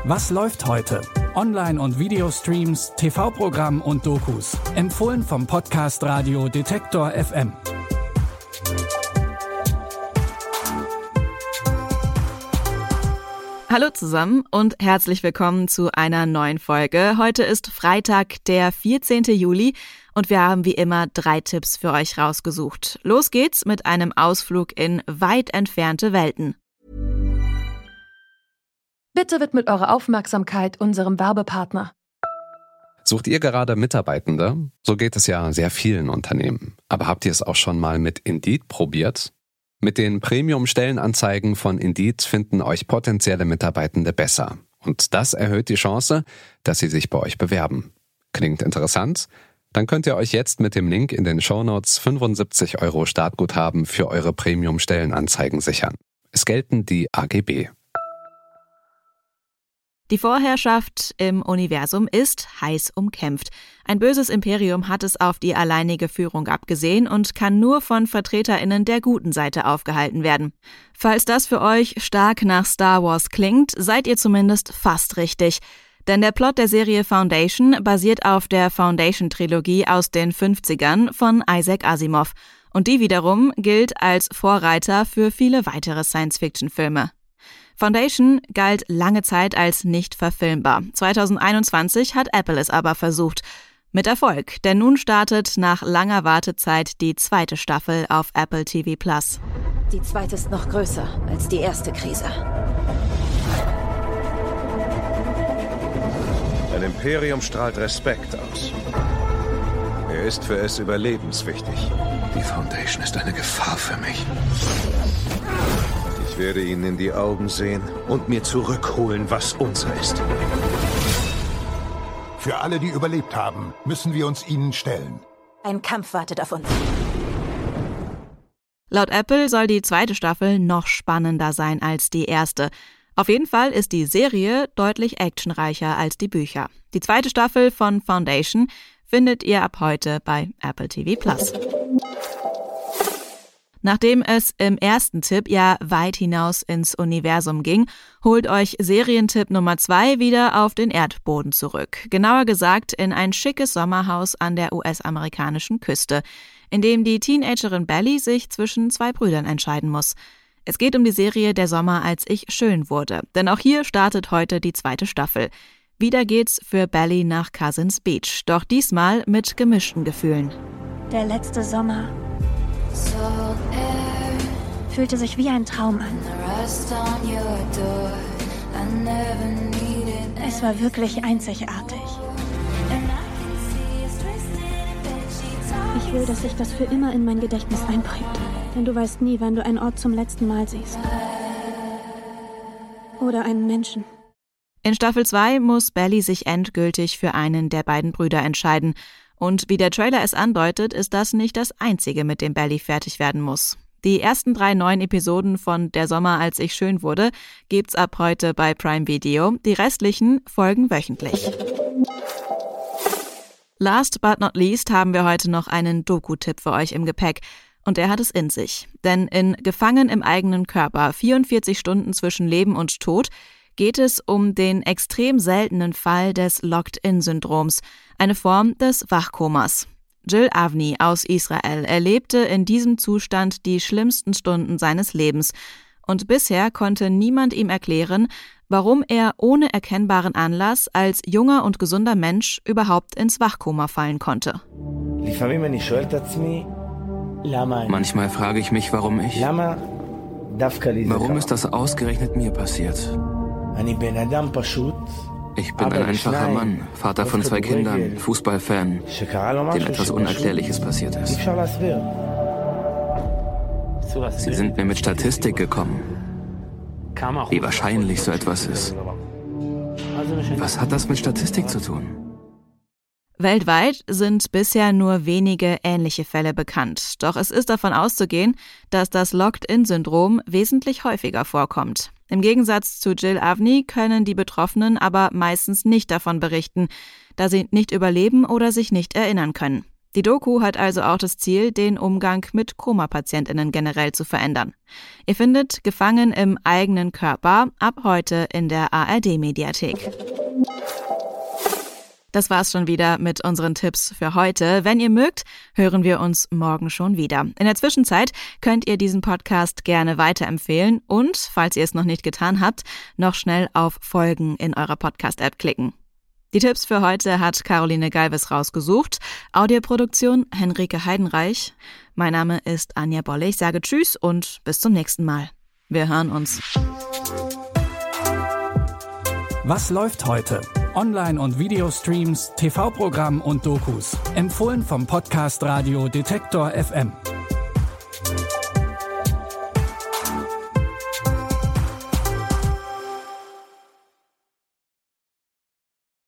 Was läuft heute? Online- und Videostreams, TV-Programm und Dokus. Empfohlen vom Podcast Radio Detektor FM. Hallo zusammen und herzlich willkommen zu einer neuen Folge. Heute ist Freitag, der 14. Juli und wir haben wie immer 3 Tipps für euch rausgesucht. Los geht's mit einem Ausflug in weit entfernte Welten. Bitte widmet eure Aufmerksamkeit unserem Werbepartner. Sucht ihr gerade Mitarbeitende? So geht es ja sehr vielen Unternehmen. Aber habt ihr es auch schon mal mit Indeed probiert? Mit den Premium-Stellenanzeigen von Indeed finden euch potenzielle Mitarbeitende besser. Und das erhöht die Chance, dass sie sich bei euch bewerben. Klingt interessant? Dann könnt ihr euch jetzt mit dem Link in den Shownotes 75 € Startguthaben für eure Premium-Stellenanzeigen sichern. Es gelten die AGB. Die Vorherrschaft im Universum ist heiß umkämpft. Ein böses Imperium hat es auf die alleinige Führung abgesehen und kann nur von VertreterInnen der guten Seite aufgehalten werden. Falls das für euch stark nach Star Wars klingt, seid ihr zumindest fast richtig. Denn der Plot der Serie Foundation basiert auf der Foundation-Trilogie aus den 50ern von Isaac Asimov. Und die wiederum gilt als Vorreiter für viele weitere Science-Fiction-Filme. Foundation galt lange Zeit als nicht verfilmbar. 2021 hat Apple es aber versucht. Mit Erfolg, denn nun startet nach langer Wartezeit die 2. Staffel auf Apple TV+. Die 2. ist noch größer als die 1. Krise. Ein Imperium strahlt Respekt aus. Er ist für es überlebenswichtig. Die Foundation ist eine Gefahr für mich. Ich werde ihnen in die Augen sehen und mir zurückholen, was unser ist. Für alle, die überlebt haben, müssen wir uns ihnen stellen. Ein Kampf wartet auf uns. Laut Apple soll die 2. Staffel noch spannender sein als die 1. Auf jeden Fall ist die Serie deutlich actionreicher als die Bücher. Die 2. Staffel von Foundation findet ihr ab heute bei Apple TV+. Nachdem es im ersten Tipp ja weit hinaus ins Universum ging, holt euch Serientipp Nummer 2 wieder auf den Erdboden zurück. Genauer gesagt in ein schickes Sommerhaus an der US-amerikanischen Küste, in dem die Teenagerin Belly sich zwischen 2 Brüdern entscheiden muss. Es geht um die Serie Der Sommer, als ich schön wurde. Denn auch hier startet heute die 2. Staffel. Wieder geht's für Belly nach Cousins Beach, doch diesmal mit gemischten Gefühlen. Der letzte Sommer fühlte sich wie ein Traum an. Es war wirklich einzigartig. Ich will, dass sich das für immer in mein Gedächtnis einprägt. Denn du weißt nie, wann du einen Ort zum letzten Mal siehst. Oder einen Menschen. In Staffel 2 muss Belly sich endgültig für einen der beiden Brüder entscheiden. Und wie der Trailer es andeutet, ist das nicht das Einzige, mit dem Belly fertig werden muss. Die ersten 3 neuen Episoden von Der Sommer, als ich schön wurde, gibt's ab heute bei Prime Video. Die restlichen folgen wöchentlich. Last but not least haben wir heute noch einen Doku-Tipp für euch im Gepäck. Und er hat es in sich. Denn in Gefangen im eigenen Körper, 44 Stunden zwischen Leben und Tod, geht es um den extrem seltenen Fall des Locked-In-Syndroms, eine Form des Wachkomas. Gil Avni aus Israel erlebte in diesem Zustand die schlimmsten Stunden seines Lebens. Und bisher konnte niemand ihm erklären, warum er ohne erkennbaren Anlass als junger und gesunder Mensch überhaupt ins Wachkoma fallen konnte. Manchmal frage ich mich, warum ich. Warum ist das ausgerechnet mir passiert? Ich bin ein einfacher Mann, Vater von 2 Kindern, Fußballfan, dem etwas Unerklärliches passiert ist. Sie sind mir mit Statistik gekommen, wie wahrscheinlich so etwas ist. Was hat das mit Statistik zu tun? Weltweit sind bisher nur wenige ähnliche Fälle bekannt. Doch es ist davon auszugehen, dass das Locked-In-Syndrom wesentlich häufiger vorkommt. Im Gegensatz zu Gil Avni können die Betroffenen aber meistens nicht davon berichten, da sie nicht überleben oder sich nicht erinnern können. Die Doku hat also auch das Ziel, den Umgang mit Koma-PatientInnen generell zu verändern. Ihr findet Gefangen im eigenen Körper ab heute in der ARD-Mediathek. Das war's schon wieder mit unseren Tipps für heute. Wenn ihr mögt, hören wir uns morgen schon wieder. In der Zwischenzeit könnt ihr diesen Podcast gerne weiterempfehlen und, falls ihr es noch nicht getan habt, noch schnell auf Folgen in eurer Podcast-App klicken. Die Tipps für heute hat Caroline Galvis rausgesucht. Audioproduktion Henrike Heidenreich. Mein Name ist Anja Bolle. Ich sage Tschüss und bis zum nächsten Mal. Wir hören uns. Was läuft heute? Online- und Videostreams, TV-Programm und Dokus. Empfohlen vom Podcast Radio Detektor FM.